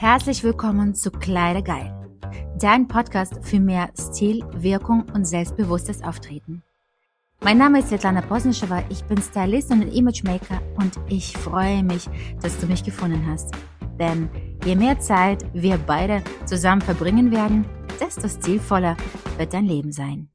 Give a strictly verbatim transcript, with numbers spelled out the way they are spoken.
Herzlich willkommen zu Kleidergeil, dein Podcast für mehr Stil, Wirkung und selbstbewusstes Auftreten. Mein Name ist Svetlana Posnischewa, ich bin Stylist und Imagemaker und ich freue mich, dass du mich gefunden hast. Denn je mehr Zeit wir beide zusammen verbringen werden, desto stilvoller wird dein Leben sein.